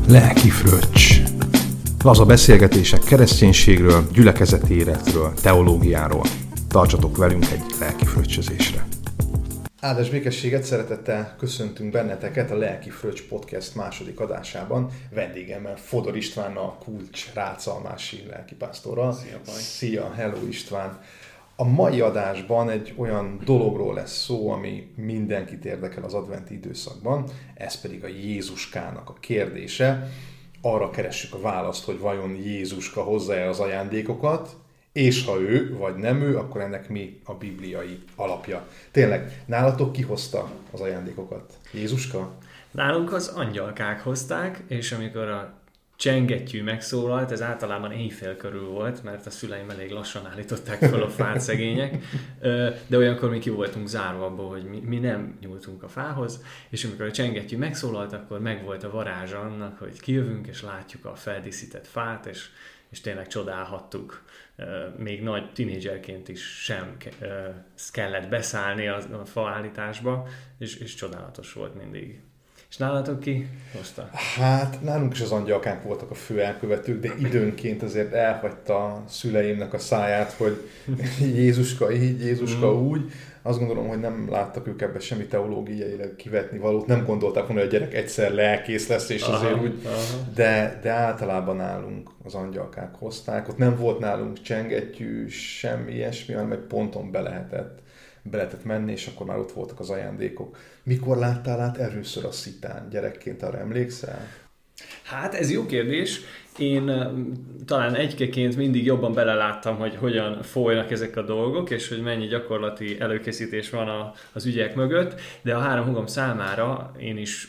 Lelki fröccs. Laza beszélgetések kereszténységről, gyülekezeti életről, teológiáról. Tartsatok velünk egy lelki fröccsözésre. Áldás békességet, szeretettel köszöntünk benneteket a Lelki Fröccs Podcast második adásában. Vendégemmel Fodor Istvánnal, Kulcs Rácalmási lelkipásztorral. Szia, Paj. Szia, hello István! A mai adásban egy olyan dologról lesz szó, ami mindenkit érdekel az adventi időszakban, ez pedig a Jézuskának a kérdése. Arra keressük a választ, hogy vajon Jézuska hozza-e az ajándékokat, és ha ő, vagy nem ő, akkor ennek mi a bibliai alapja. Tényleg, nálatok ki hozta az ajándékokat? Jézuska? Nálunk az angyalkák hozták, és amikor a csengettyű megszólalt, ez általában éjfél körül volt, mert a szüleim elég lassan állították fel a fát, szegények, de olyankor mi ki voltunk zárva abból, hogy mi nem nyúltunk a fához, és amikor a csengettyű megszólalt, akkor megvolt a varázsa annak, hogy kijövünk és látjuk a feldíszített fát, és tényleg csodálhattuk. Még nagy tínédzserként is sem kellett beszállni a faállításba, és csodálatos volt mindig. És nálatok ki hozta? Hát nálunk is az angyalkánk voltak a fő elkövetők, de időnként azért elhagyta a szüleimnek a száját, hogy Jézuska így, Jézuska úgy. Azt gondolom, hogy nem láttak ők ebben semmi teológiailag kivetni valót. Nem gondolták volna, hogy a gyerek egyszer lelkész lesz, és azért úgy. De általában nálunk az angyalkák hozták. Ott nem volt nálunk csengettyű, semmi ilyesmi, hanem egy ponton be lehetett menni, és akkor már ott voltak az ajándékok. Mikor láttál át először a szitán? Gyerekként arra emlékszel? Hát ez jó kérdés. Én talán egykeként mindig jobban beleláttam, hogy hogyan folynak ezek a dolgok, és hogy mennyi gyakorlati előkészítés van az ügyek mögött, de a három húgom számára én is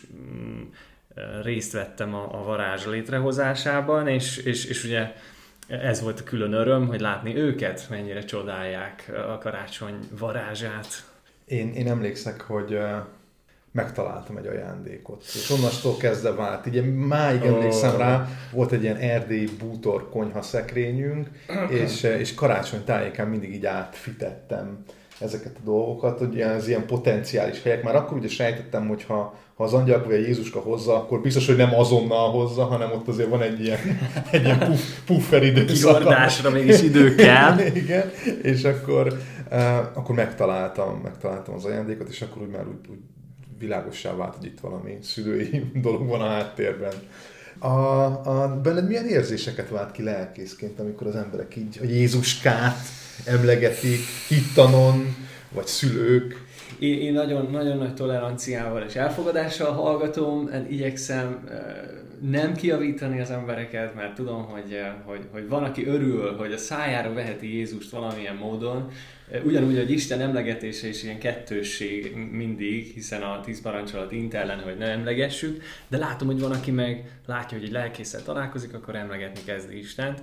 részt vettem a varázs létrehozásában, és ugye ez volt a külön öröm, hogy látni őket, mennyire csodálják a karácsony varázsát. Én emlékszek, hogy megtaláltam egy ajándékot, és onnastól kezdve vált. Ugye máig emlékszem rá, volt egy ilyen erdélyi bútor konyha szekrényünk, és karácsony tájékán mindig így átfitettem ezeket a dolgokat, hogy az ilyen potenciális helyek. Már akkor ugye sejtettem, hogy ha az angyalka vagy a Jézuska hozza, akkor biztos, hogy nem azonnal hozza, hanem ott azért van egy ilyen puffer időszak. Kihordásra mégis idő kell. Igen, és akkor megtaláltam az ajándékot, és akkor már úgy világossá vált, hogy itt valami szülői dolog van a háttérben. Benned milyen érzéseket vált ki lelkészként, amikor az emberek így a Jézuskát emlegetik, hittanon, vagy szülők? Én nagyon nagy toleranciával és elfogadással hallgatom, igyekszem nem kijavítani az embereket, mert tudom, hogy van, aki örül, hogy a szájára veheti Jézust valamilyen módon. Ugyanúgy, hogy Isten emlegetése is ilyen kettősség mindig, hiszen a 10 parancsolat intellen, hogy ne emlegessük, de látom, hogy van, aki meg látja, hogy egy lelkésszel találkozik, akkor emlegetni kezdi Istent.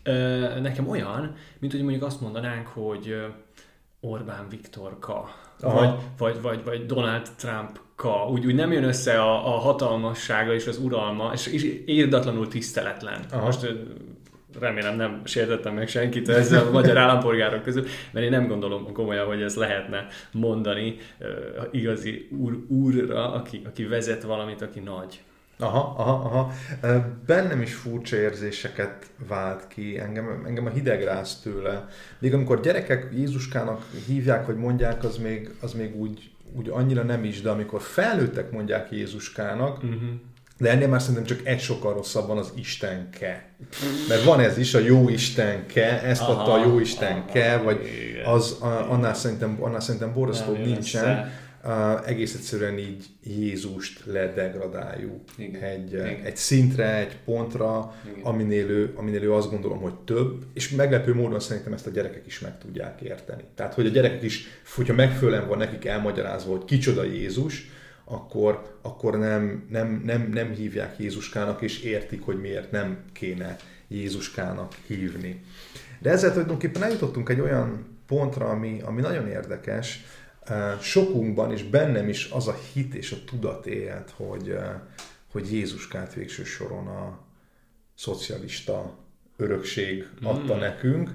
Nekem mint hogy mondjuk azt mondanánk, hogy Orbán Viktorka, vagy Donald Trump-ka, úgy nem jön össze a hatalmassága és az uralma, és irdatlanul tiszteletlen. Aha. Most remélem nem sértettem meg senkit ezzel a magyar állampolgárok közül, mert én nem gondolom komolyan, hogy ezt lehetne mondani igazi úrra, aki vezet valamit, aki nagy. Aha. Bennem is furcsa érzéseket vált ki, engem a hideg ráz tőle. Még amikor gyerekek Jézuskának hívják, vagy mondják, az még úgy annyira nem is, de amikor felnőttek mondják Jézuskának, de ennél már szerintem csak egy sokkal rosszabb van az Istenke. Mert van ez is, a jó Istenke, ezt adta a jó Istenke, vagy az annál szerintem borzasztóbb nincsen. Egész egyszerűen így Jézust ledegradáljuk egy szintre, egy pontra, aminél ő azt gondolom, hogy több, és meglepő módon szerintem ezt a gyerekek is meg tudják érteni. Tehát, hogy a gyerekek is, hogyha megfelelően van nekik elmagyarázva, hogy kicsoda Jézus, akkor nem hívják Jézuskának, és értik, hogy miért nem kéne Jézuskának hívni. De ezzel tulajdonképpen eljutottunk egy olyan pontra, ami nagyon érdekes. Sokunkban és bennem is az a hit és a tudat élt, hogy Jézuskát végső soron a szocialista örökség adta nekünk,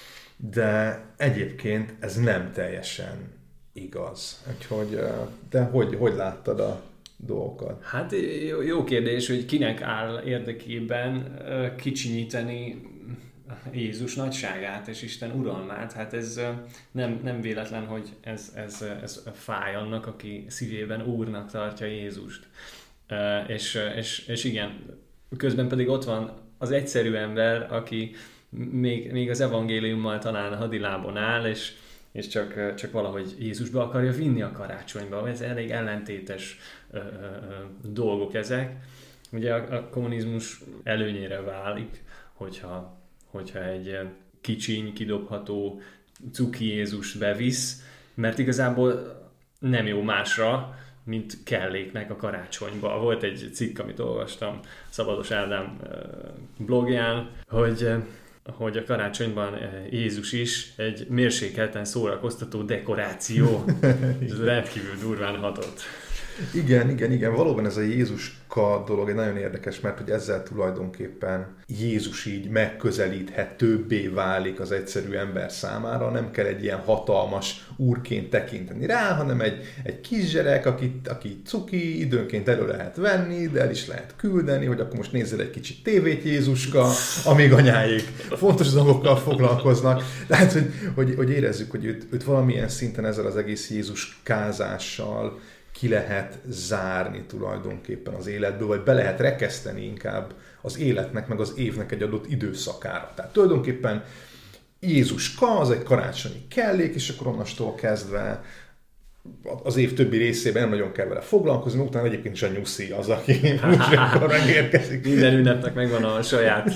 de egyébként ez nem teljesen igaz. Úgyhogy, de hogy láttad dolgokat? Hát jó kérdés, hogy kinek áll érdekében kicsinyíteni Jézus nagyságát és Isten uralmát. Hát ez nem véletlen, hogy ez fáj annak, aki szívében úrnak tartja Jézust. És igen, közben pedig ott van az egyszerű ember, aki még az evangéliummal talán hadilábon áll, és csak valahogy Jézusba akarja vinni a karácsonyba. Ez elég ellentétes dolgok ezek. Ugye a kommunizmus előnyére válik, hogyha egy kicsiny, kidobható cuki Jézus bevisz, mert igazából nem jó másra, mint kelléknek a karácsonyba. Volt egy cikk, amit olvastam Szabados Ádám blogján, hogy a karácsonyban Jézus is egy mérsékelten szórakoztató dekoráció. Ez rendkívül durván hatott. Igen, valóban ez a Jézuska dolog egy nagyon érdekes, mert hogy ezzel tulajdonképpen Jézus így megközelíthetőbbé válik az egyszerű ember számára, nem kell egy ilyen hatalmas úrként tekinteni rá, hanem egy kisgyerek, aki cuki, időnként elő lehet venni, de el is lehet küldeni, hogy akkor most nézzél egy kicsit tévét Jézuska, amíg anyáik fontos dolgokkal foglalkoznak. Tehát, hogy érezzük, hogy őt valamilyen szinten ezzel az egész Jézuskázással ki lehet zárni tulajdonképpen az életből, vagy be lehet rekeszteni inkább az életnek, meg az évnek egy adott időszakára. Tehát tulajdonképpen Jézuska az egy karácsonyi kellék, és akkor onnastól kezdve az év többi részében nem nagyon kell vele foglalkozni, utána egyébként is a nyuszi az, aki úgyskor megérkezik. Minden ünnepnek megvan a saját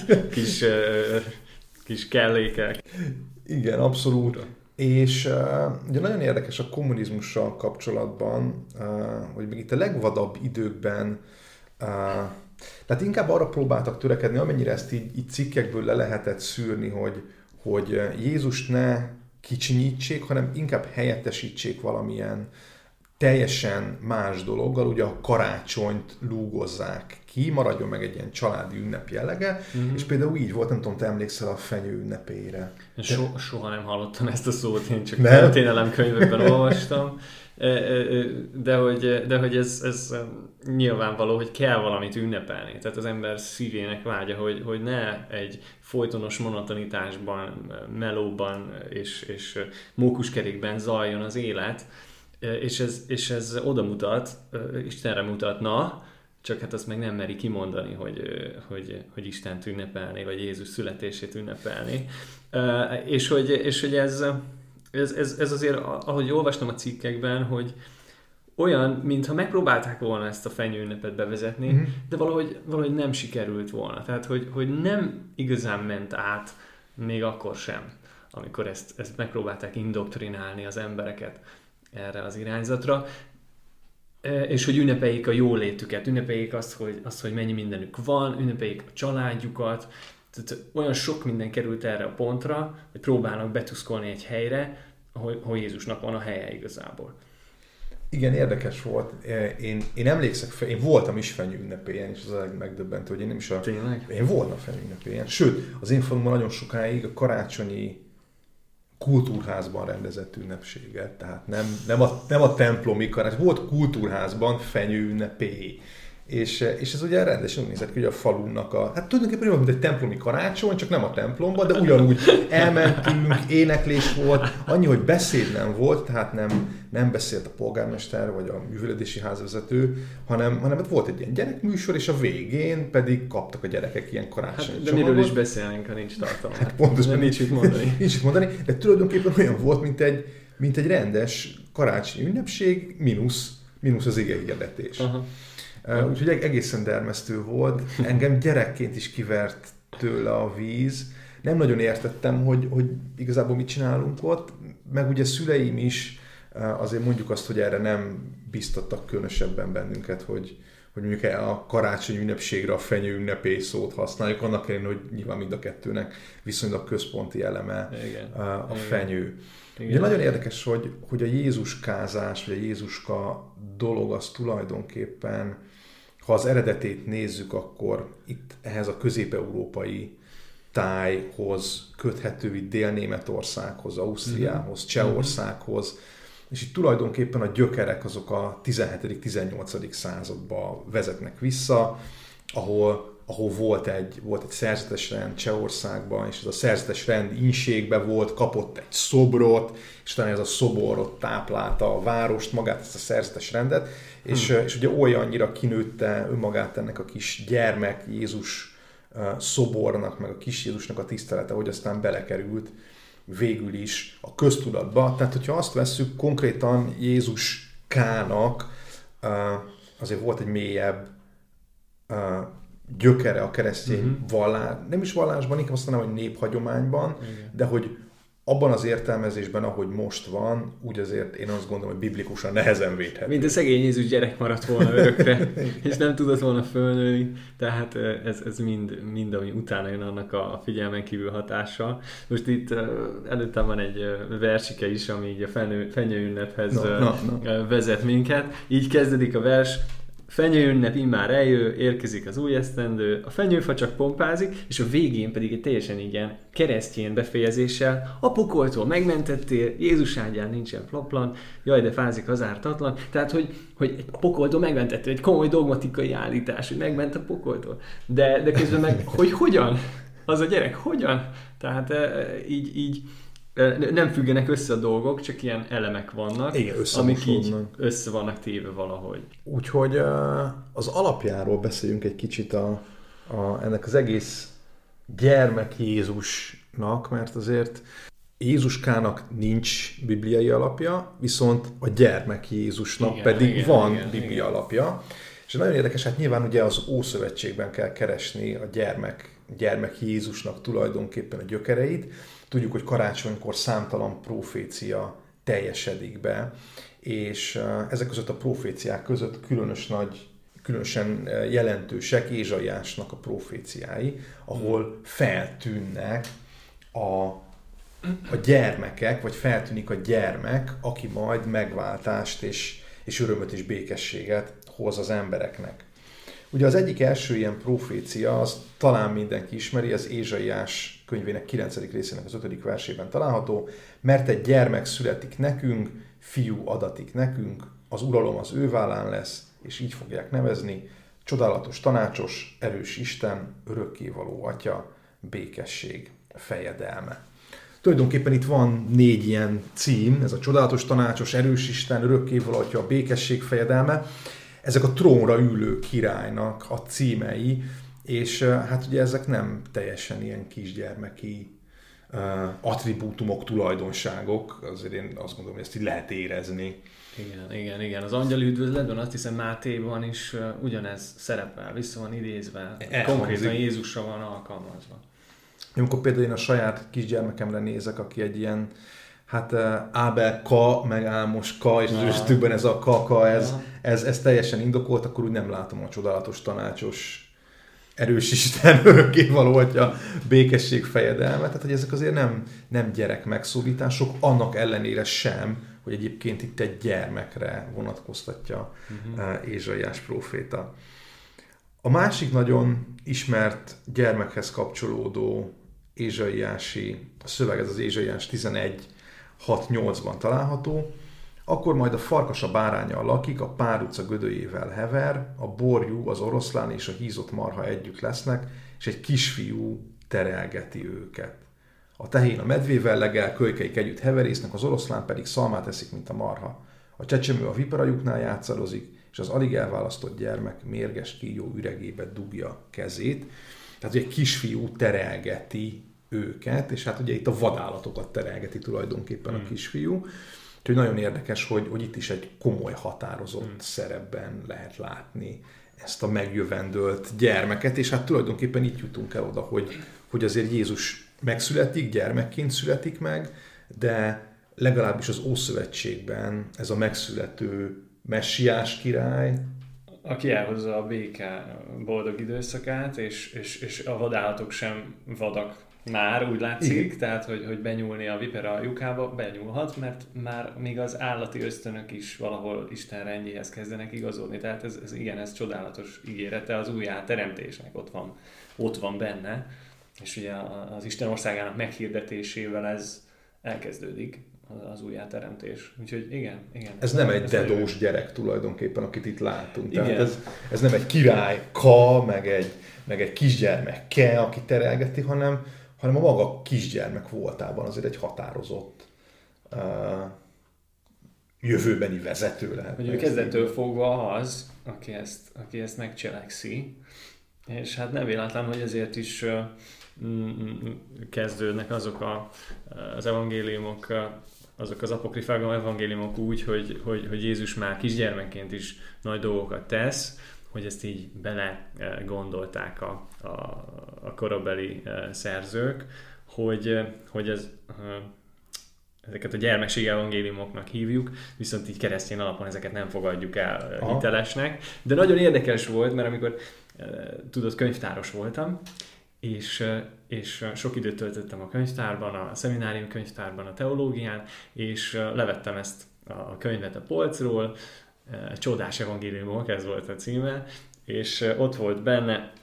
kis kellékek. Igen, abszolút. És ugye nagyon érdekes a kommunizmussal kapcsolatban, hogy még itt a legvadabb időkben, tehát inkább arra próbáltak törekedni, amennyire ezt így cikkekből le lehetett szűrni, hogy Jézust ne kicsinyítsék, hanem inkább helyettesítsék valamilyen teljesen más dologgal, ugye a karácsonyt lúgozzák ki, maradjon meg egy ilyen családi ünnep jellege, és például így volt, nem tudom, te emlékszel a fenyő ünnepére. Soha nem hallottam ezt a szót, én csak történelemkönyvekben olvastam, de hogy ez nyilvánvaló, hogy kell valamit ünnepelni. Tehát az ember szívének vágya, hogy ne egy folytonos monotonitásban, melóban és mókuskerékben zajjon az élet, és ez oda mutat, Istenre mutatna, csak hát azt meg nem meri kimondani, hogy Istent ünnepelni, vagy Jézus születését ünnepelni. És hogy ez azért, ahogy olvastam a cikkekben, hogy olyan, mintha megpróbálták volna ezt a fenyőünnepet bevezetni, de valahogy nem sikerült volna. Tehát, hogy nem igazán ment át még akkor sem, amikor ezt megpróbálták indoktrinálni az embereket erre az irányzatra, és hogy ünnepeljék a jólétüket, ünnepeljék azt, hogy mennyi mindenük van, ünnepeljék a családjukat. Tehát olyan sok minden került erre a pontra, hogy próbálnak betuszkolni egy helyre, ahol Jézusnak van a helye igazából. Igen, érdekes volt. Én emlékszek, én voltam is fenyő ünnepélyen, és az a megdöbbentő, hogy én nem is Én voltam fenyő ünnepélyen. Sőt, az én falunkban nagyon sokáig a karácsonyi kultúrházban rendezett ünnepséget, tehát nem a templomi karácsony, volt kultúrházban fenyő ünnepély. És ez ugye rendesen úgy nézett ki, hogy a falunak hát tulajdonképpen olyan, mint egy templomi karácsony, csak nem a templomban, de ugyanúgy elmentünk, éneklés volt, annyi, hogy beszéd nem volt, tehát nem beszélt a polgármester vagy a művelődési házvezető, hanem volt egy ilyen gyerekműsor, és a végén pedig kaptak a gyerekek ilyen karácsonyi hát, de miről is beszélnénk, ha nincs tartalma. Hát pontosan. Nincs mit mondani. Nincs mit mondani, de tulajdonképpen olyan volt, mint egy rendes karácsonyi ünnepség, mínusz az igehirdetés. Aha. Úgyhogy egészen dermesztő volt. Engem gyerekként is kivert tőle a víz. Nem nagyon értettem, hogy igazából mit csinálunk ott. Meg ugye szüleim is azért mondjuk azt, hogy erre nem biztattak különösebben bennünket, hogy mondjuk a karácsony ünnepségre a fenyő ünnepély szót használjuk, annak ellenére, hogy nyilván mind a kettőnek viszonylag központi eleme a fenyő. Igen. Ugye nagyon érdekes, hogy a Jézuskázás, vagy a Jézuska dolog az tulajdonképpen, ha az eredetét nézzük, akkor itt ehhez a közép-európai tájhoz köthető, itt Dél-Németországhoz, Ausztriához, Csehországhoz, és itt tulajdonképpen a gyökerek azok a 17.-18. századba vezetnek vissza, ahol volt egy szerzetes rend Csehországban, és ez a szerzetes rend ínségben volt, kapott egy szobrot, és utána ez a szobor ott táplálta a várost, magát ezt a szerzetes rendet, és ugye olyannyira kinőtte önmagát ennek a kis gyermek Jézus szobornak, meg a kis Jézusnak a tisztelete, hogy aztán belekerült végül is a köztudatba. Tehát, hogyha azt vesszük, konkrétan Jézus Kának azért volt egy mélyebb gyökere a keresztény vallás, nem is vallásban, inkább azt mondanám, hogy néphagyományban, de hogy abban az értelmezésben, ahogy most van, úgy azért én azt gondolom, hogy biblikusan nehezen védhető. Mint a szegény Jézus gyerek maradt volna örökre, és nem tudott volna fölnőni, tehát ez mind, ami utána jön annak a figyelmen kívül hatása. Most itt előttem van egy versike is, ami így a fenyőünnephez vezet minket. Így kezdődik a vers: fenyőünnep immár eljő, érkezik az új esztendő, a fenyőfa csak pompázik, és a végén pedig egy teljesen ilyen keresztjén befejezéssel: a pokoltól megmentettél, Jézus ágyán nincsen plaplan, jaj, de fázik az ártatlan. Tehát, hogy egy pokoltól megmentettél, egy komoly dogmatikai állítás, hogy megment a pokoltól. De közben meg, hogy hogyan? Az a gyerek hogyan? Tehát így nem függenek össze a dolgok, csak ilyen elemek vannak, igen, amik így össze vannak téve valahogy. Úgyhogy az alapjáról beszéljünk egy kicsit ennek az egész gyermek Jézusnak, mert azért Jézuskának nincs bibliai alapja, viszont a gyermek Jézusnak pedig van bibliai alapja. És nagyon érdekes, hát nyilván ugye az Ószövetségben kell keresni a gyermek Jézusnak tulajdonképpen a gyökereit. Tudjuk, hogy karácsonykor számtalan profécia teljesedik be, és ezek között a proféciák között különösen jelentősek Ézsaiásnak a proféciái, ahol feltűnnek a gyermekek, vagy feltűnik a gyermek, aki majd megváltást és örömöt és békességet hoz az embereknek. Ugye az egyik első ilyen profécia, az talán mindenki ismeri, az Ézsaiás könyvének 9. részének az 5. versében található: mert egy gyermek születik nekünk, fiú adatik nekünk, az uralom az ő vállán lesz, és így fogják nevezni: csodálatos tanácsos, erős Isten, örökkévaló Atya, békesség fejedelme. Tulajdonképpen itt van 4 ilyen cím, ez a csodálatos tanácsos, erős Isten, örökkévaló Atya, a békesség fejedelme. Ezek a trónra ülő királynak a címei, és hát ugye ezek nem teljesen ilyen kisgyermeki attribútumok, tulajdonságok, azért én azt gondolom, hogy ezt így lehet érezni. Igen. Az angyali üdvözletben azt hiszem Mátéban is ugyanez szerepel, vissza van idézve, konkrétan Jézusra van alkalmazva. Amikor például én a saját kisgyermekemre nézek, aki egy ilyen, hát Ábel K, meg Ámos K, és az ősztükben ez a K, ez teljesen indokolt, akkor úgy nem látom a csodálatos tanácsos, erős Isten, örökkévaló Atya, békesség fejedelme. Tehát, hogy ezek azért nem gyerek megszólítások, annak ellenére sem, hogy egyébként itt egy gyermekre vonatkoztatja Ézsaiás próféta. A másik nagyon ismert gyermekhez kapcsolódó ézsaiási szöveg, ez az Ézsaiás 11.6-8-ban található. Akkor majd a farkas a báránnyal lakik, a párduca gödöjével hever, a borjú, az oroszlán és a hízott marha együtt lesznek, és egy kisfiú terelgeti őket. A tehén a medvével legel, kölykeik együtt heverésznek, az oroszlán pedig szalmát eszik, mint a marha. A csecsemő a viparajuknál játszadozik, és az alig elválasztott gyermek mérges kígyó üregébe dugja kezét. Tehát egy kisfiú terelgeti őket, és hát ugye itt a vadállatokat terelgeti tulajdonképpen a kisfiú. Úgyhogy nagyon érdekes, hogy itt is egy komoly határozott szerepben lehet látni ezt a megjövendölt gyermeket, és hát tulajdonképpen itt jutunk el oda, hogy azért Jézus megszületik, gyermekként születik meg, de legalábbis az Ószövetségben ez a megszülető messiás király, aki elhozza a béke boldog időszakát, és a vadállatok sem vadak már, úgy látszik, igen. Tehát, hogy benyúlni a vipera lyukába, benyúlhat, mert már még az állati ösztönök is valahol Isten rendjéhez kezdenek igazodni. Tehát ez csodálatos ígérete az újjáteremtésnek, ott van benne, és ugye az Isten országának meghirdetésével ez elkezdődik, az újjáteremtés. Úgyhogy igen. Ez nem egy dedós gyerek tulajdonképpen, akit itt látunk. Igen. Tehát ez nem egy király Ka, meg egy kisgyermek Ke, aki terelgeti, hanem a maga kisgyermek voltában azért egy határozott jövőbeni vezető lehet. Hogy ő kezdettől fogva az, aki ezt megcselekszi, és hát nem véletlen, hogy ezért is kezdődnek azok az evangéliumok, azok az apokrifág evangéliumok úgy, hogy Jézus már kisgyermekként is nagy dolgokat tesz, hogy ezt így bele gondolták a korabeli szerzők, hogy ezeket a gyermekség evangéliumoknak hívjuk, viszont így keresztény alapon ezeket nem fogadjuk el hitelesnek. De nagyon érdekes volt, mert amikor tudod, könyvtáros voltam, és sok időt töltöttem a könyvtárban, a szeminárium könyvtárban, a teológián, és levettem ezt a könyvet a polcról, Csodás evangéliumok, ez volt a címe, és ott volt benne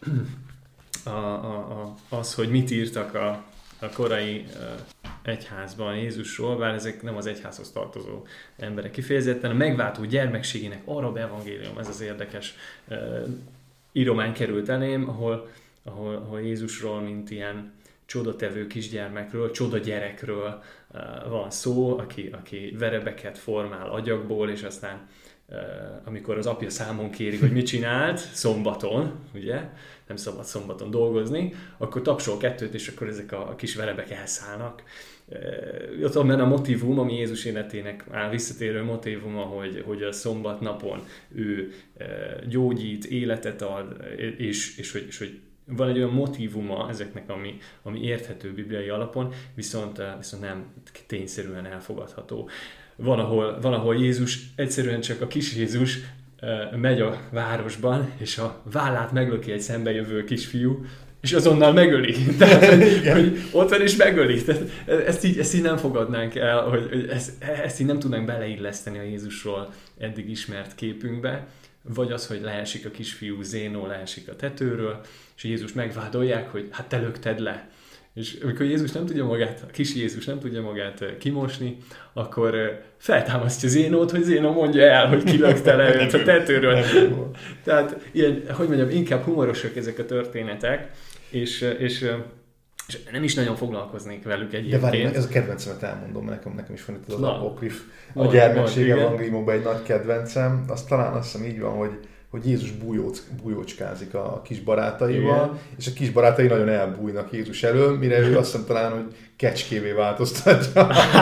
az, hogy mit írtak a korai egyházban Jézusról, bár ezek nem az egyházhoz tartozó emberek kifejezetten. A megváltó gyermekségének arab evangélium, ez az érdekes íromány került elém, ahol Jézusról, mint ilyen csodatevő kisgyermekről, csodagyerekről van szó, aki verebeket formál agyagból, és aztán amikor az apja számon kéri, hogy mit csinált, szombaton, ugye, nem szabad szombaton dolgozni, akkor tapsol kettőt, és akkor ezek a kis verebek elszállnak. Ott van benne a motivum, ami Jézus életének visszatérő motivuma, hogy a szombatnapon ő gyógyít, életet ad, és hogy van egy olyan motívuma ezeknek, ami érthető bibliai alapon, viszont nem tényszerűen elfogadható. Van, ahol Jézus, egyszerűen csak a kis Jézus megy a városban, és a vállát meglöki egy szembejövő kisfiú, és azonnal megöli. Tehát, hogy ott van és megöli. Tehát ezt így nem fogadnánk el, hogy ezt így nem tudnánk beleilleszteni a Jézusról eddig ismert képünkbe, vagy az, hogy leesik a kisfiú, Zénó leesik a tetőről, és Jézus megvádolják, hogy hát te lökted le. És amikor Jézus nem tudja magát, a kis Jézus nem tudja magát kimosni, akkor feltámasztja Zénót, hogy Zénó mondja el, hogy ki lökte le őt a tetőről. Tehát ilyen, hogy mondjam, inkább humorosak ezek a történetek, és nem is nagyon foglalkoznék velük egyébként. De várj, ez a kedvencemet elmondom, mert nekem is van itt az apokrif. A gyermekség evangéliumokban egy nagy kedvencem, az talán azt hiszem így van, hogy Jézus bújócskázik a kis barátaival, igen. És a kis barátai nagyon elbújnak Jézus elől, mire ő azt hiszem talán, hogy kecskévé változtatja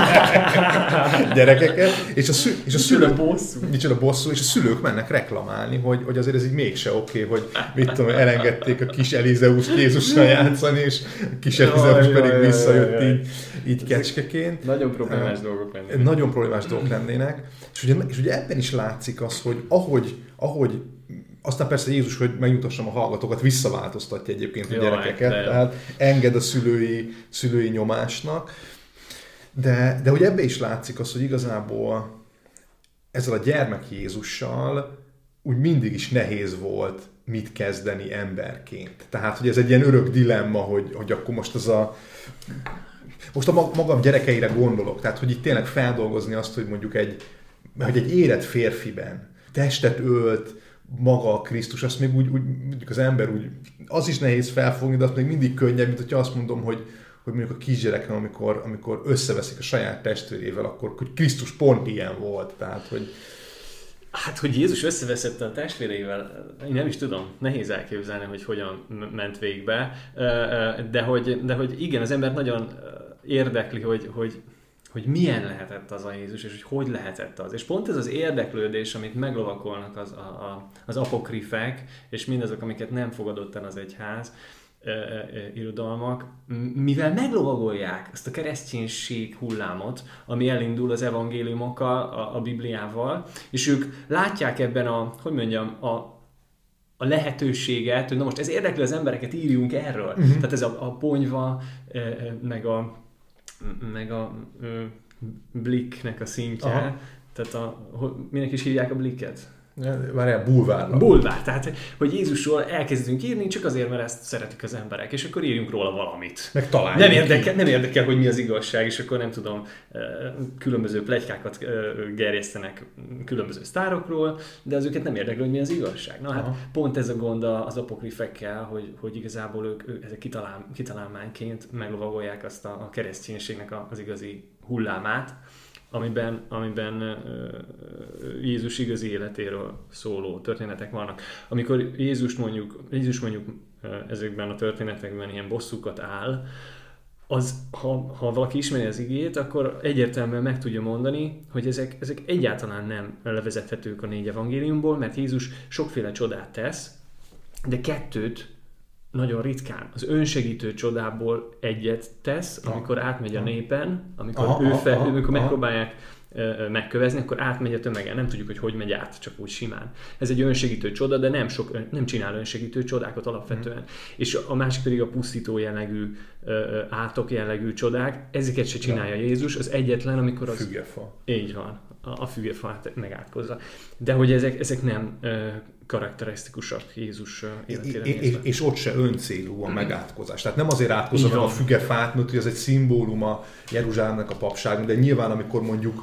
a gyerekeket, és a szülők bosszú, és a szülők mennek reklamálni, hogy azért ez így mégse oké, hogy mit tudom, elengedték a kis Elizeust Jézussal játszani, és a kis Elizeus pedig visszajött így kecskeként. Nagyon problémás dolgok lennének. Nagyon problémás dolgok lennének, és ugye ebben is látszik az, hogy ahogy aztán persze Jézus, hogy megnyugtassam a hallgatókat, visszaváltoztatja egyébként a gyerekeket, tehát enged a szülői nyomásnak. De hogy ebbe is látszik az, hogy igazából ezzel a gyermek Jézussal úgy mindig is nehéz volt mit kezdeni emberként. Tehát, hogy ez egy ilyen örök dilemma, hogy akkor most most a magam gyerekeire gondolok, tehát, hogy itt tényleg feldolgozni azt, hogy mondjuk egy érett férfiben testet ölt maga a Krisztus, azt még úgy mondjuk az ember úgy, az is nehéz felfogni, de azt még mindig könnyebb, mint hogyha azt mondom, hogy mondjuk a kisgyerekem, amikor összeveszik a saját testvérével, akkor hogy Krisztus pont ilyen volt, tehát, hogy... Hát, hogy Jézus összeveszette a testvéreivel, én nem is tudom, nehéz elképzelni, hogy hogyan ment végbe, de hogy igen, az ember nagyon érdekli, hogy milyen lehetett az a Jézus, és hogy lehetett az. És pont ez az érdeklődés, amit meglovakolnak az apokrifek, és mindazok, amiket nem fogadott el az egyház, irodalmak, mivel meglovagolják azt a kereszténység hullámot, ami elindul az evangéliumokkal, a Bibliával, és ők látják ebben a lehetőséget, hogy na most ez érdekli az embereket, írjunk erről. Tehát ez a ponyva, meg a Blicknek a szintje. Aha. Tehát minek is hívják a Blicket? Várjál, bulvárlap. Bulvár, tehát hogy Jézusról elkezdünk írni, csak azért, mert ezt szeretik az emberek, és akkor írjunk róla valamit. Meg találjuk nem érdekel, hogy mi az igazság, és akkor nem tudom, különböző pletykákat gerjesztenek különböző sztárokról, de az őket nem érdekel, hogy mi az igazság. Na hát pont ez a gond az apokrifekkel, hogy igazából ők ezek kitalálmányként meglovagolják azt a kereszténységnek az igazi hullámát, amiben Jézus igazi életéről szóló történetek vannak. Amikor Jézus mondjuk ezekben a történetekben ilyen bosszúkat áll, az, ha valaki ismeri az igét, akkor egyértelműen meg tudja mondani, hogy ezek egyáltalán nem levezethetők a 4 evangéliumból, mert Jézus sokféle csodát tesz, de 2 nagyon ritkán. Az önsegítő csodából egyet tesz, amikor átmegy a népen, amikor megpróbálják megkövezni, akkor átmegy a tömegen. Nem tudjuk, hogy megy át, csak úgy simán. Ez egy önsegítő csoda, de nem csinál önsegítő csodákat alapvetően. És a másik pedig a pusztító jellegű, átok jellegű csodák. Ezeket se csinálja Jézus, az egyetlen, amikor az... Fügefa. Így van. A fügefát megátkozza. De hogy ezek nem karakterisztikusak Jézus életére nézve. És ott se öncélú a megátkozás. Tehát nem azért átkozza meg a fügefát, mert ez egy szimbóluma Jeruzsálemnek a papságnak, de nyilván amikor mondjuk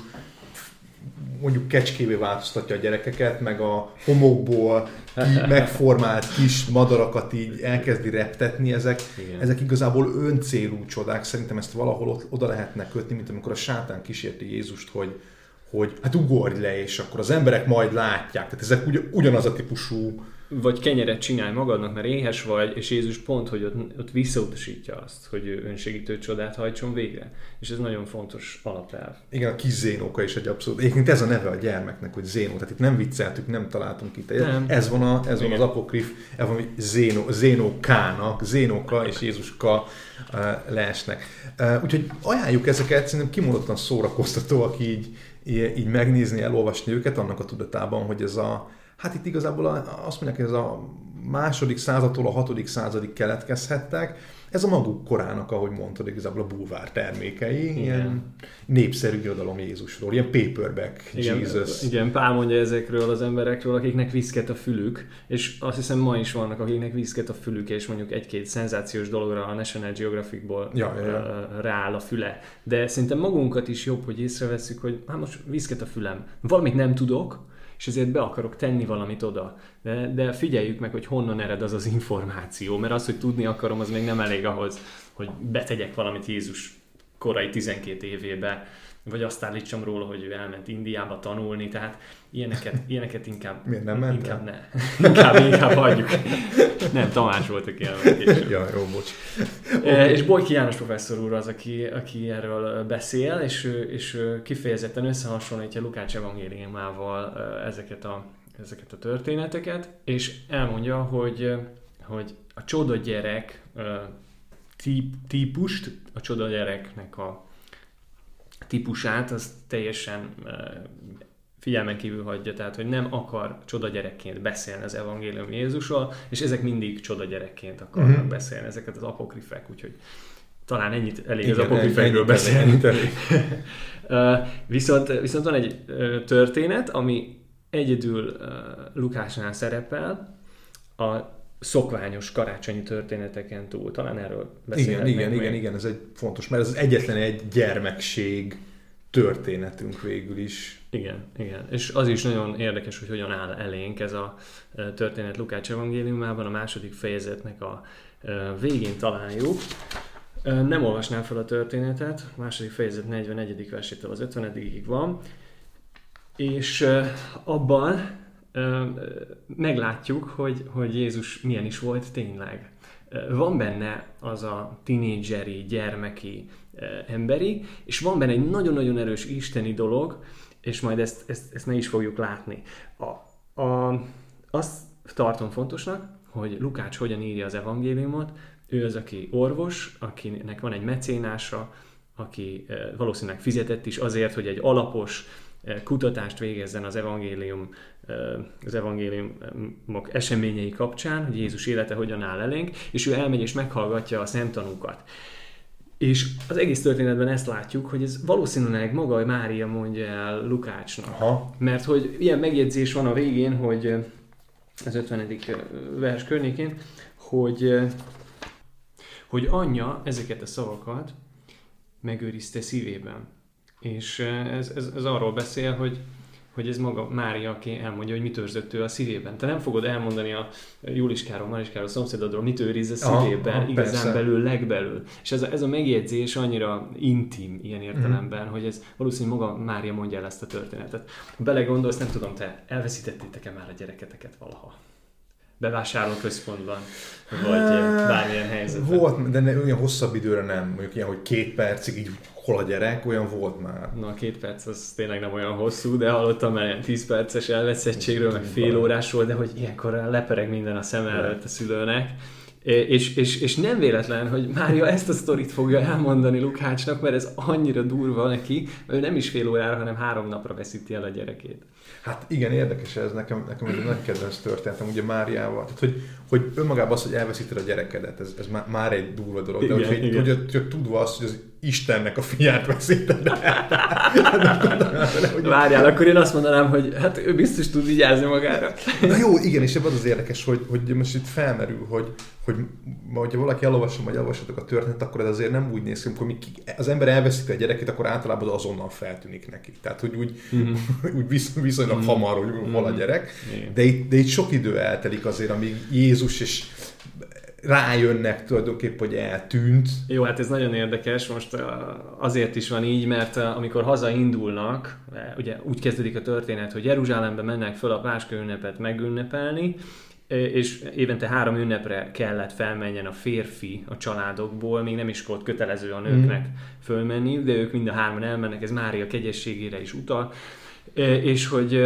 kecskévé változtatja a gyerekeket, meg a homokból megformált kis madarakat így elkezdi reptetni, ezek igazából öncélú csodák. Szerintem ezt valahol oda lehetne kötni, mint amikor a sátán kísérti Jézust, hogy hát ugorj le, és akkor az emberek majd látják. Tehát ezek ugyanaz a típusú... Vagy kenyeret csinálj magadnak, mert éhes vagy, és Jézus pont, hogy ott visszautasítja azt, hogy ő önsegítő csodát hajtson végre. És ez nagyon fontos alapelv. Igen, a kis Zénóka is egy abszolút. Egyébként ez a neve a gyermeknek, hogy Zénó. Tehát itt nem vicceltük, nem találtunk itt. Ez van az apokrif, ez van, hogy Zénókának, Zénóka és Jézuska leesnek. Úgyhogy ajánljuk ezeket, szerintem kimondottan szórakoztató, aki így megnézni, elolvasni őket, annak a tudatában, hogy ez hát itt igazából azt mondják, hogy ez a második századtól a 6. századig keletkezhettek. Ez a maguk korának, ahogy mondtad, igazából a bulvár termékei, ilyen népszerű irodalom Jézusról, ilyen paperback Jesus. Igen, Pál mondja ezekről az emberekről, akiknek viszket a fülük, és azt hiszem ma is vannak, akiknek viszket a fülük, és mondjuk egy-két szenzációs dologra a National Geographicból rááll a füle. De szerintem magunkat is jobb, hogy észrevesszük, hogy hát most viszket a fülem, valamit nem tudok, és ezért be akarok tenni valamit oda. De figyeljük meg, hogy honnan ered az információ, mert az, hogy tudni akarom, az még nem elég ahhoz, hogy betegyek valamit Jézus korai 12 évébe, vagy azt állítsam róla, hogy ő elment Indiába tanulni, tehát ilyeneket inkább... Miért nem ment? Inkább ne. Inkább hagyjuk. Nem, Tamás volt, aki elment. Ja, jó, bocs. És Bojki János professzor úr az, aki erről beszél, és kifejezetten összehasonlítja Lukács evangéliumával ezeket a történeteket, és elmondja, hogy a csodagyerek típust, a csodagyereknek a típusát, az teljesen figyelmen kívül hagyja, tehát hogy nem akar csodagyerekként beszélni az evangélium Jézusról, és ezek mindig csodagyerekként akarnak beszélni, ezeket az apokrifek, úgyhogy talán ennyit elég az apokrifekről beszélni. Viszont van egy történet, ami egyedül Lukácsnál szerepel, a szokványos karácsonyi történeteken túl. Talán erről beszélhetnek. Igen, ez egy fontos, mert ez az egyetlen egy gyermekség történetünk végül is. Igen. És az is nagyon érdekes, hogy hogyan áll elénk ez a történet Lukács evangéliumában, a második fejezetnek a végén találjuk. Nem olvasnám fel a történetet, a második fejezet 41. versétől az 50-ig van, és abban meglátjuk, hogy Jézus milyen is volt tényleg. Van benne az a tinédzseri, gyermeki, emberi, és van benne egy nagyon-nagyon erős isteni dolog, és majd ezt meg is fogjuk látni. Azt tartom fontosnak, hogy Lukács hogyan írja az evangéliumot. Ő az, aki orvos, akinek van egy mecénása, aki valószínűleg fizetett is azért, hogy egy alapos kutatást végezzen az evangéliumok eseményei kapcsán, hogy Jézus élete hogyan áll elénk, és ő elmegy és meghallgatja a szemtanúkat. És az egész történetben ezt látjuk, hogy ez valószínűleg maga Mária mondja el Lukácsnak. Aha. Mert hogy ilyen megjegyzés van a végén, hogy az 50. vers környékén, hogy anyja ezeket a szavakat megőrizte szívében. És ez arról beszél, hogy ez maga Mária, aki elmondja, hogy mit őrzött ő a szívében. Te nem fogod elmondani a Juliskáról, Mariskáról, szomszédodról, mit őriz a szívében, igazán belül, legbelül. És ez a megjegyzés annyira intim ilyen értelemben, hogy ez valószínűleg maga Mária mondja el ezt a történetet. Ha belegondolsz, nem tudom, te elveszítettétek-e már a gyereketeket valaha? Bevásárlóközpontban, vagy bármilyen helyzetben. Volt, de olyan hosszabb időre nem. Mondjuk ilyen, hogy 2 percig így hol a gyerek, olyan volt már. Na, 2 perc az tényleg nem olyan hosszú, de hallottam már ilyen 10 perces elveszettségről, meg fél órásról, de hogy ilyenkor lepereg minden a szem előtt a szülőnek. És nem véletlen, hogy Mária ezt a sztorit fogja elmondani Lukácsnak, mert ez annyira durva neki, ő nem is fél órára, hanem 3 napra veszíti el a gyerekét. Hát igen, érdekes ez, nekem egy nagy kedvenc történetem ugye Máriával. Tehát, hogy önmagában az, hogy elveszíted a gyerekedet, ez már egy durva dolog, de hogy tudva azt, hogy az Istennek a fiát veszíted el. Várjál, akkor én azt mondanám, hogy hát ő biztos tud vigyázni magára. Na jó, igen, és ebben az érdekes, hogy most itt felmerül, hogy ha valaki elolvassa, vagy elolvassatok a történetet, akkor ez azért nem úgy néz ki, amikor az ember elveszíti a gyerekét, akkor általában azonnal feltűnik neki. Tehát, hogy úgy viszonylag hamar, hogy hol a gyerek. De itt sok idő eltelik azért, amíg Jézus és rájönnek tulajdonképpen, hogy eltűnt. Jó, hát ez nagyon érdekes, most azért is van így, mert amikor hazaindulnak, ugye úgy kezdődik a történet, hogy Jeruzsálembe mennek föl a Páska ünnepet megünnepelni, és évente 3 ünnepre kellett felmenjen a férfi a családokból, még nem is volt kötelező a nőknek fölmenni, de ők mind a 3-an elmennek, ez Mária kegyességére is utal, és hogy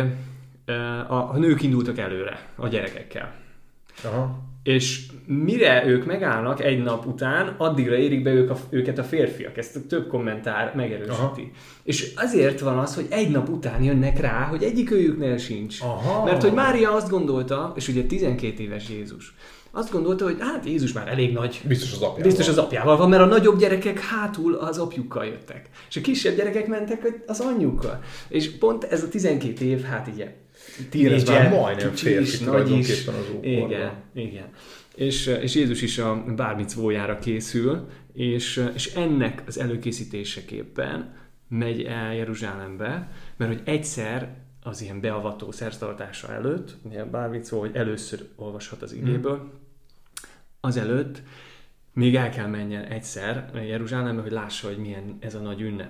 a nők indultak előre a gyerekekkel. Aha. És mire ők megállnak egy nap után, addigra érik be őket a férfiak. Ezt több kommentár megerősíti. Aha. És azért van az, hogy egy nap után jönnek rá, hogy egyik őjüknél sincs. Aha. Mert hogy Mária azt gondolta, és ugye 12 éves Jézus, azt gondolta, hogy hát Jézus már elég nagy. Biztos az apjával van, mert a nagyobb gyerekek hátul az apjukkal jöttek. És a kisebb gyerekek mentek az anyjukkal. És pont ez a 12 év, hát így ez már majdnem férfi tulajdonképpen az ókorban. Igen. És Jézus is a bármicvójára készül, és ennek az előkészítéseképpen megy el Jeruzsálembe, mert hogy egyszer az ilyen beavató szertartása előtt, ugye a bármicvó, hogy először olvashat az igéből, azelőtt még el kell menjen egyszer Jeruzsálembe, hogy lássa, hogy milyen ez a nagy ünnep.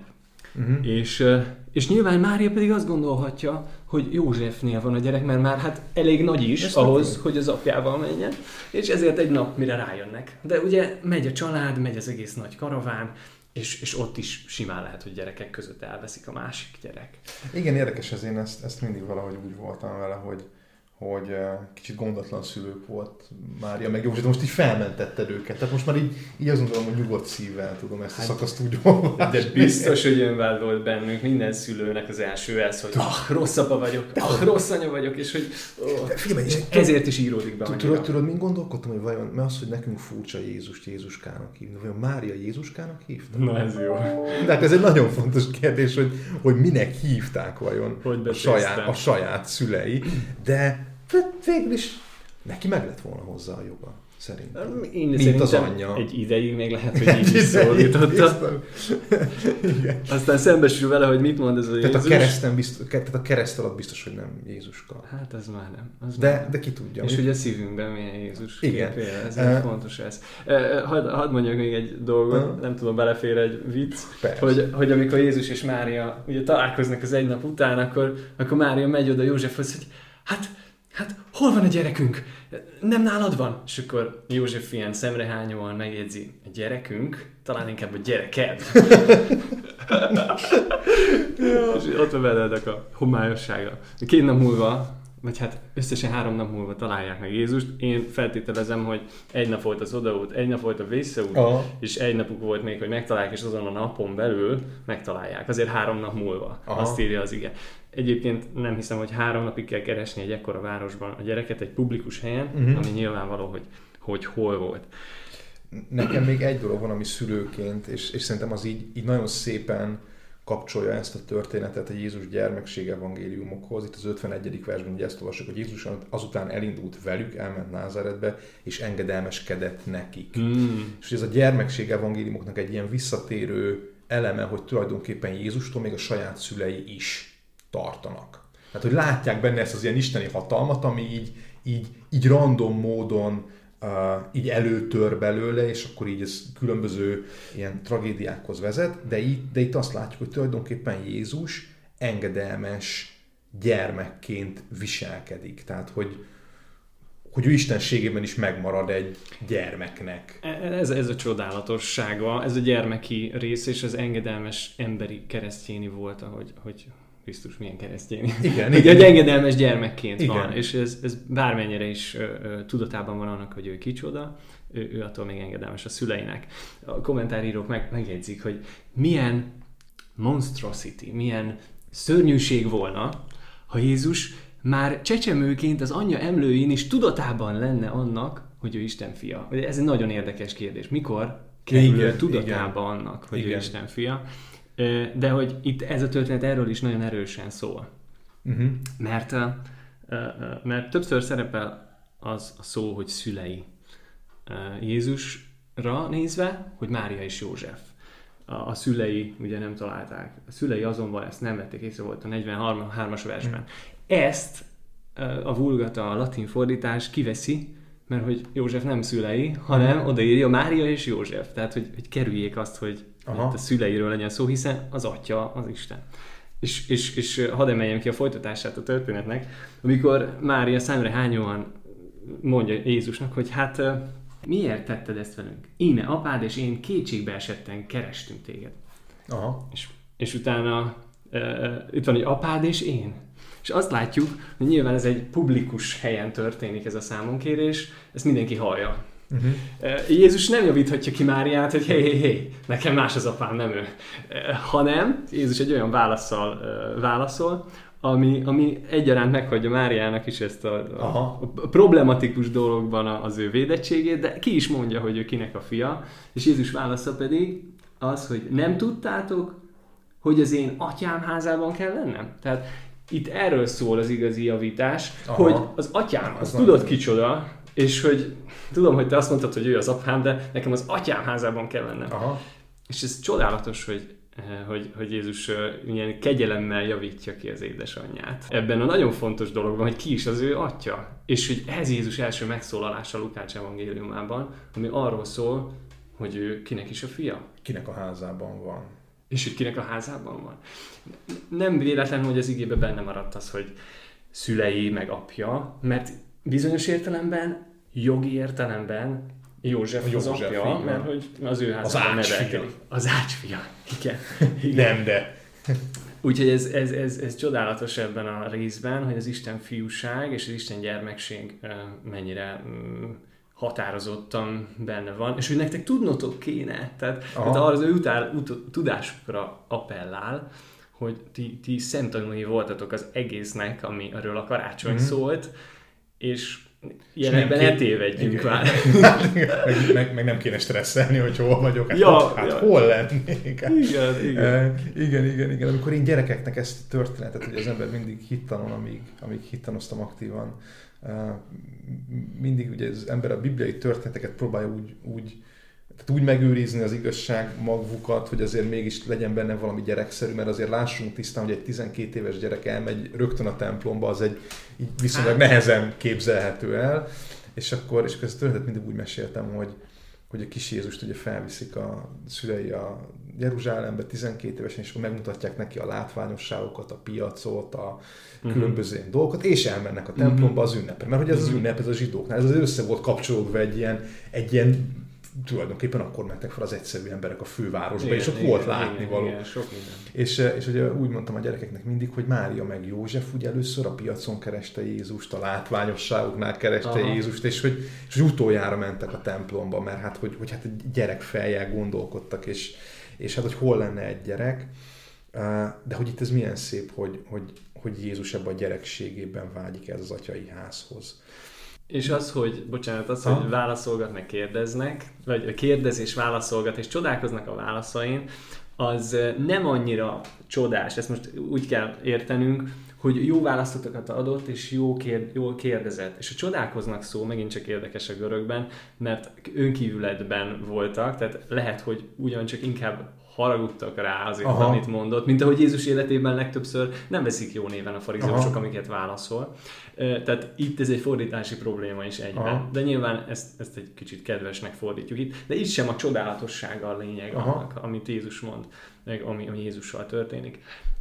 És nyilván Mária pedig azt gondolhatja, hogy Józsefnél van a gyerek, mert már hát elég nagy is ahhoz, hogy az apjával menjen, és ezért egy nap mire rájönnek. De ugye megy a család, megy az egész nagy karaván, és ott is simán lehet, hogy gyerekek között elveszik a másik gyerek. Igen, érdekes ez, én ezt mindig valahogy úgy voltam vele, hogy kicsit gondatlan szülők volt Mária, meg József, most így felmentetted őket. Tehát most már így azt gondolom, hogy nyugodt szívvel tudom ezt a szakaszt úgy olvasni. De biztos, hogy önvált bennünk minden szülőnek az első ez, hogy rossz apa vagyok, rossz anya vagyok, és hogy ezért is íródik be annyira. Tudod, mint gondolkodtam, hogy vajon, mert az, hogy nekünk furcsa Jézust Jézuskának hívni, vajon Mária Jézuskának hívta? Na ez jó. De hát ez egy nagyon fontos kérdés, hogy minek hívták vajon a saját szülei, de végül is neki meg lett volna hozzá a joga, szerintem. Mint az anyja. Egy ideig még lehet, hogy így is szólította. Aztán szembesül vele, hogy mit mond ez a Jézus. Tehát a kereszt alatt biztos, hogy nem Jézuska. Hát ez már nem. De ki tudja. És ugye a szívünkben milyen Jézus igen. Képére. Ez fontos ez. Hadd mondjak még egy dolgot, nem tudom, belefér egy vicc, hogy amikor Jézus és Mária ugye találkoznak az egy nap után, akkor Mária megy oda Józsefhoz, hogy hát hol van a gyerekünk? Nem nálad van? És akkor József ilyen szemrehányóan megjegyzi, a gyerekünk? Talán inkább a gyereked. És ott van veled a homályossága. 2 nap múlva, vagy hát összesen 3 nap múlva találják meg Jézust. Én feltételezem, hogy 1 nap volt az odaút, 1 nap volt a visszaút, és 1 napuk volt még, hogy megtalálják, és azon a napon belül megtalálják. Azért 3 nap múlva. Azt írja az ige. Egyébként nem hiszem, hogy 3 napig kell keresni egy ekkora városban a gyereket, egy publikus helyen, ami nyilvánvaló, hogy hol volt. nekem még egy dolog van, ami szülőként, és szerintem az így nagyon szépen kapcsolja ezt a történetet a Jézus gyermekség evangéliumokhoz. Itt az 51. versben ugye ezt olvassuk, hogy Jézus azután elindult velük, elment Názáretbe, és engedelmeskedett nekik. És ez a gyermekség evangéliumoknak egy ilyen visszatérő eleme, hogy tulajdonképpen Jézustól még a saját szülei is tartanak. Tehát, hogy látják benne ezt az ilyen isteni hatalmat, ami így random módon így előtör belőle, és akkor így ez különböző ilyen tragédiákhoz vezet, de itt azt látjuk, hogy tulajdonképpen Jézus engedelmes gyermekként viselkedik. Tehát, hogy ő istenségében is megmarad egy gyermeknek. Ez a csodálatossága, ez a gyermeki rész, és az engedelmes emberi keresztjéni volt, hogy Krisztus milyen keresztény. Igen. Egy engedelmes gyermekként igen. van, és ez bármennyire is tudatában van annak, hogy ő kicsoda, ő attól még engedelmes a szüleinek. A kommentárírók megjegyzik, hogy milyen monstrosity, milyen szörnyűség volna, ha Jézus már csecsemőként az anyja emlőin is tudatában lenne annak, hogy ő Isten fia. Ez egy nagyon érdekes kérdés. Mikor kerül tudatába annak, hogy ő Isten fia? De hogy itt ez a történet erről is nagyon erősen szól. Mert többször szerepel az a szó, hogy szülei. Jézusra nézve, hogy Mária és József. A szülei ugye nem találták. A szülei azonban ezt nem vették észre, volt a 43-as versben. Ezt a Vulgata, a latin fordítás kiveszi, mert hogy József nem szülei, hanem odaírja Mária és József. Tehát, hogy kerüljék azt, hogy itt a szüleiről legyen szó, hiszen az atya az Isten. És hadd emeljem ki a folytatását a történetnek, amikor Mária számra hányóan mondja Jézusnak, hogy hát miért tetted ezt velünk? Íme apád és én kétségbe esetten kerestünk téged. És utána itt van, hogy apád és én. És azt látjuk, hogy nyilván ez egy publikus helyen történik ez a számonkérés, ezt mindenki hallja. Jézus nem javíthatja ki Máriát, hogy hé, nekem más az apám, nem ő. Hanem Jézus egy olyan válaszsal válaszol, ami egyaránt meghagyja Máriának is ezt a problematikus dologban az ő védettségét, de ki is mondja, hogy ő kinek a fia, és Jézus válasza pedig az, hogy nem tudtátok, hogy az én atyám házában kell lennem? Tehát itt erről szól az igazi javítás, hogy az atyám, az tudod kicsoda, és hogy tudom, hogy te azt mondtad, hogy ő az apám, de nekem az atyám házában kell lennem. És ez csodálatos, hogy Jézus ilyen kegyelemmel javítja ki az édesanyját. Ebben a nagyon fontos dologban, hogy ki is az ő atya. És hogy ez Jézus első megszólalása Lukács evangéliumában, ami arról szól, hogy ő kinek is a fia. Kinek a házában van. És hogy kinek a házában van. Nem véletlen, hogy az igében benne maradt az, hogy szülei meg apja, mert bizonyos értelemben, jogi értelemben József az apja, mert hogy az ő házában nevelkedik. Az ácsfia. Igen. Nem, de. Úgyhogy ez csodálatos ebben a részben, hogy az Isten fiúság és az Isten gyermekség mennyire határozottan benne van, és hogy nektek tudnotok kéne, tehát arra az ő tudásukra appellál, hogy ti szemtanúi voltatok az egésznek, ami erről a karácsony szólt, és jelenben ne tévedjünk már. meg nem kéne stresszelni, hogy hol vagyok, hol lennék. Igen. Amikor én gyerekeknek ezt a történetet, hogy az ember mindig hittanon, amíg hittanoztam aktívan, mindig ugye az ember a bibliai történeteket próbálja úgy megőrizni az igazság magvukat, hogy azért mégis legyen benne valami gyerekszerű, mert azért lássunk tisztán, hogy egy 12 éves gyerek elmegy rögtön a templomba, az egy viszonylag nehezen képzelhető el, és akkor ezt a történetet mindig úgy meséltem, hogy a kis Jézust ugye felviszik a szülei a Jeruzsálembe 12 évesen, és akkor megmutatják neki a látványosságokat, a piacot, a különböző dolgokat, és elmennek a templomba az ünnepre. Mert hogy ez az ünnep, ez a zsidóknál, ez az össze volt kapcsolódva egy ilyen tulajdonképpen akkor mentek fel az egyszerű emberek a fővárosba, és ott volt látnivaló. És ugye úgy mondtam a gyerekeknek mindig, hogy Mária meg József ugye először a piacon kereste Jézust, a látványosságoknál kereste Jézust, és hogy utoljára mentek a templomba, mert hát, hogy hát egy gyerek fejjel gondolkodtak, és hát, hogy hol lenne egy gyerek, de hogy itt ez milyen szép, hogy Jézus ebben a gyerekségében vágyik ez az atyai házhoz. És az, hogy hogy válaszolgatnak, kérdeznek, vagy kérdezés válaszolgat, és csodálkoznak a válaszain, az nem annyira csodás, ezt most úgy kell értenünk, hogy jó választokat adott, és jól kérdezett. És a csodálkoznak szó megint csak érdekes a görögben, mert önkívületben voltak, tehát lehet, hogy ugyancsak inkább haragudtak rá azért, amit mondott, mint ahogy Jézus életében legtöbbször nem veszik jó néven a farizeusok, amiket válaszol. Tehát itt ez egy fordítási probléma is egyben. De nyilván ezt egy kicsit kedvesnek fordítjuk itt, de itt sem a csodálatossága a lényeg annak, amit Jézus mond, meg ami Jézussal történik.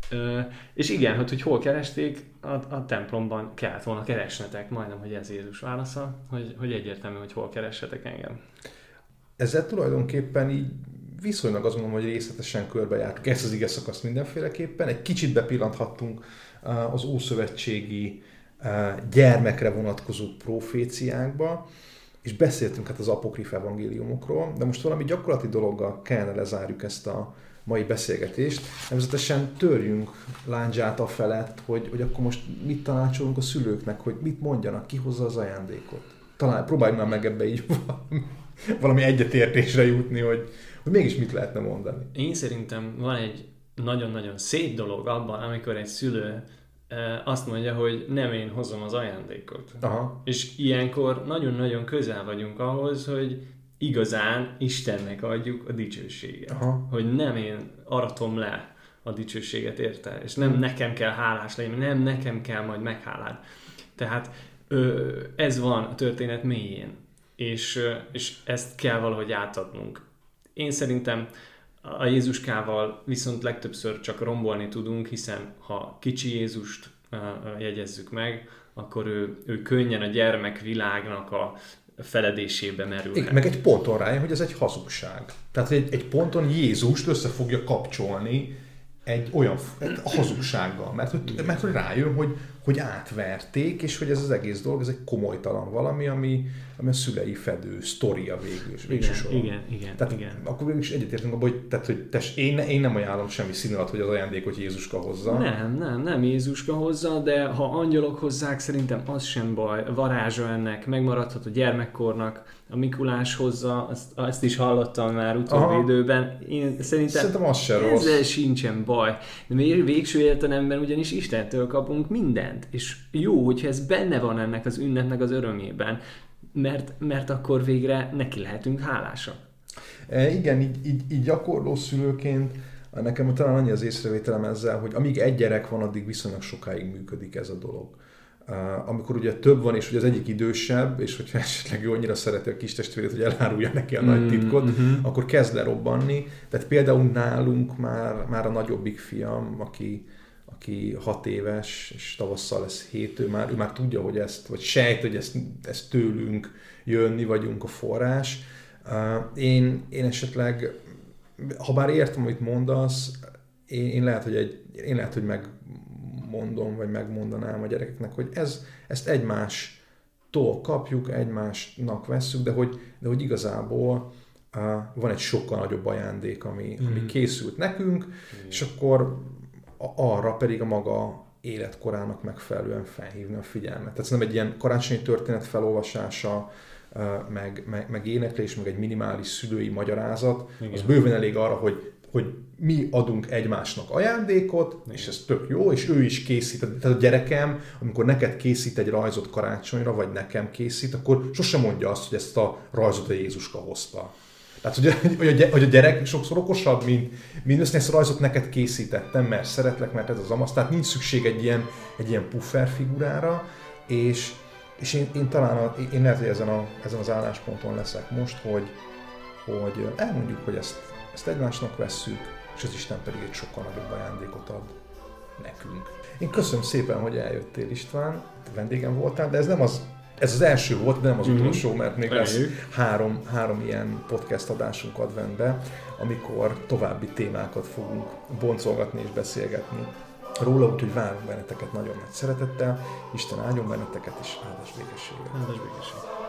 És igen, hogy hol keresték, a templomban kellett volna keresnetek, majdnem, hogy ez Jézus válasza, hogy egyértelmű, hogy hol keressetek engem. Ezzel tulajdonképpen így viszonylag azt mondom, hogy részletesen körbejártuk ezt az ige szakaszt mindenféleképpen. Egy kicsit bepillanthattunk az ószövetségi gyermekre vonatkozó proféciákba, és beszéltünk hát az apokrif evangéliumokról, de most valami gyakorlati dologgal kellene lezárjuk ezt a mai beszélgetést. Nevezetesen törjünk lándzsát a felett, hogy akkor most mit tanácsolunk a szülőknek, hogy mit mondjanak, ki hozza az ajándékot. Talán próbáljunk már meg ebbe így valami egyetértésre jutni, hogy mégis mit lehetne mondani. Én szerintem van egy nagyon-nagyon szép dolog abban, amikor egy szülő azt mondja, hogy nem én hozom az ajándékot. És ilyenkor nagyon-nagyon közel vagyunk ahhoz, hogy igazán Istennek adjuk a dicsőséget. Hogy nem én aratom le a dicsőséget érte, és nem nekem kell hálás lenni, nem nekem kell majd meghálád. Tehát ez van a történet mélyén, és ezt kell valahogy átadnunk. Én szerintem a Jézuskával viszont legtöbbször csak rombolni tudunk, hiszen ha kicsi Jézust jegyezzük meg, akkor ő könnyen a gyermekvilágnak a feledésébe merülhet. Meg egy ponton rájön, hogy ez egy hazugság. Tehát egy ponton Jézust össze fogja kapcsolni egy olyan hazugsággal, mert hogy rájön, hogy átverték, és hogy ez az egész dolog, ez egy komolytalan valami, ami a szülei fedő sztoria végső soron. Igen. Akkor végül is egyetértünk abban, hogy én nem ajánlom semmi szín alatt, hogy az ajándékot Jézuska hozza. Nem Jézuska hozza, de ha angyalok hozzák, szerintem az sem baj. Varázsa ennek, megmaradhat a gyermekkornak, a Mikulás hozza, azt is hallottam már utóbbi időben. Én szerintem az sem rossz. Ezzel sincsen baj. De végső értelemben ugyanis Istentől kapunk mindent. És jó, hogyha ez benne van ennek az ünnepnek az örömében, mert akkor végre neki lehetünk hálásak. Igen, így gyakorló szülőként nekem talán annyi az észrevételem ezzel, hogy amíg egy gyerek van, addig viszonylag sokáig működik ez a dolog. Amikor ugye több van, és ugye az egyik idősebb, és hogyha esetleg ő annyira szereti a kis testvérét, hogy elárulja neki a nagy titkot, akkor kezd el robbanni. Tehát például nálunk már a nagyobbik fiam, aki 6 éves, és tavasszal lesz 7, ő már tudja, hogy vagy sejt, hogy ezt tőlünk jön, mi vagyunk a forrás. Én esetleg, ha bár értem, amit mondasz, én lehet, hogy megmondom, vagy megmondanám a gyerekeknek, hogy ezt egymástól kapjuk, egymásnak vesszük, de hogy igazából van egy sokkal nagyobb ajándék, ami készült nekünk, és akkor arra pedig a maga életkorának megfelelően felhívni a figyelmet. Tehát ez nem egy ilyen karácsonyi történet felolvasása, meg éneklés, meg egy minimális szülői magyarázat. Igen. Az bőven elég arra, hogy mi adunk egymásnak ajándékot, igen, és ez tök jó, és ő is készít. Tehát a gyerekem, amikor neked készít egy rajzot karácsonyra, vagy nekem készít, akkor sosem mondja azt, hogy ezt a rajzot a Jézuska hozta. Tehát, hogy a gyerek sokszor okosabb, mint ezt a rajzot neked készítettem, mert szeretlek, mert ez az amasz. Tehát nincs szükség egy ilyen puffer figurára, és én talán én lehet, hogy ezen az állásponton leszek most, hogy elmondjuk, hogy ezt egymásnak vesszük, és az Isten pedig egy sokkal nagyobb ajándékot ad nekünk. Én köszönöm szépen, hogy eljöttél, István, vendégem voltál, de ez az első volt, de nem az utolsó, mert még lesz három ilyen podcast adásunk adventbe, amikor további témákat fogunk boncolgatni és beszélgetni róla, úgyhogy várunk benneteket nagyon nagy szeretettel. Isten áldjon benneteket, és áldás békességet. Áldás békességet.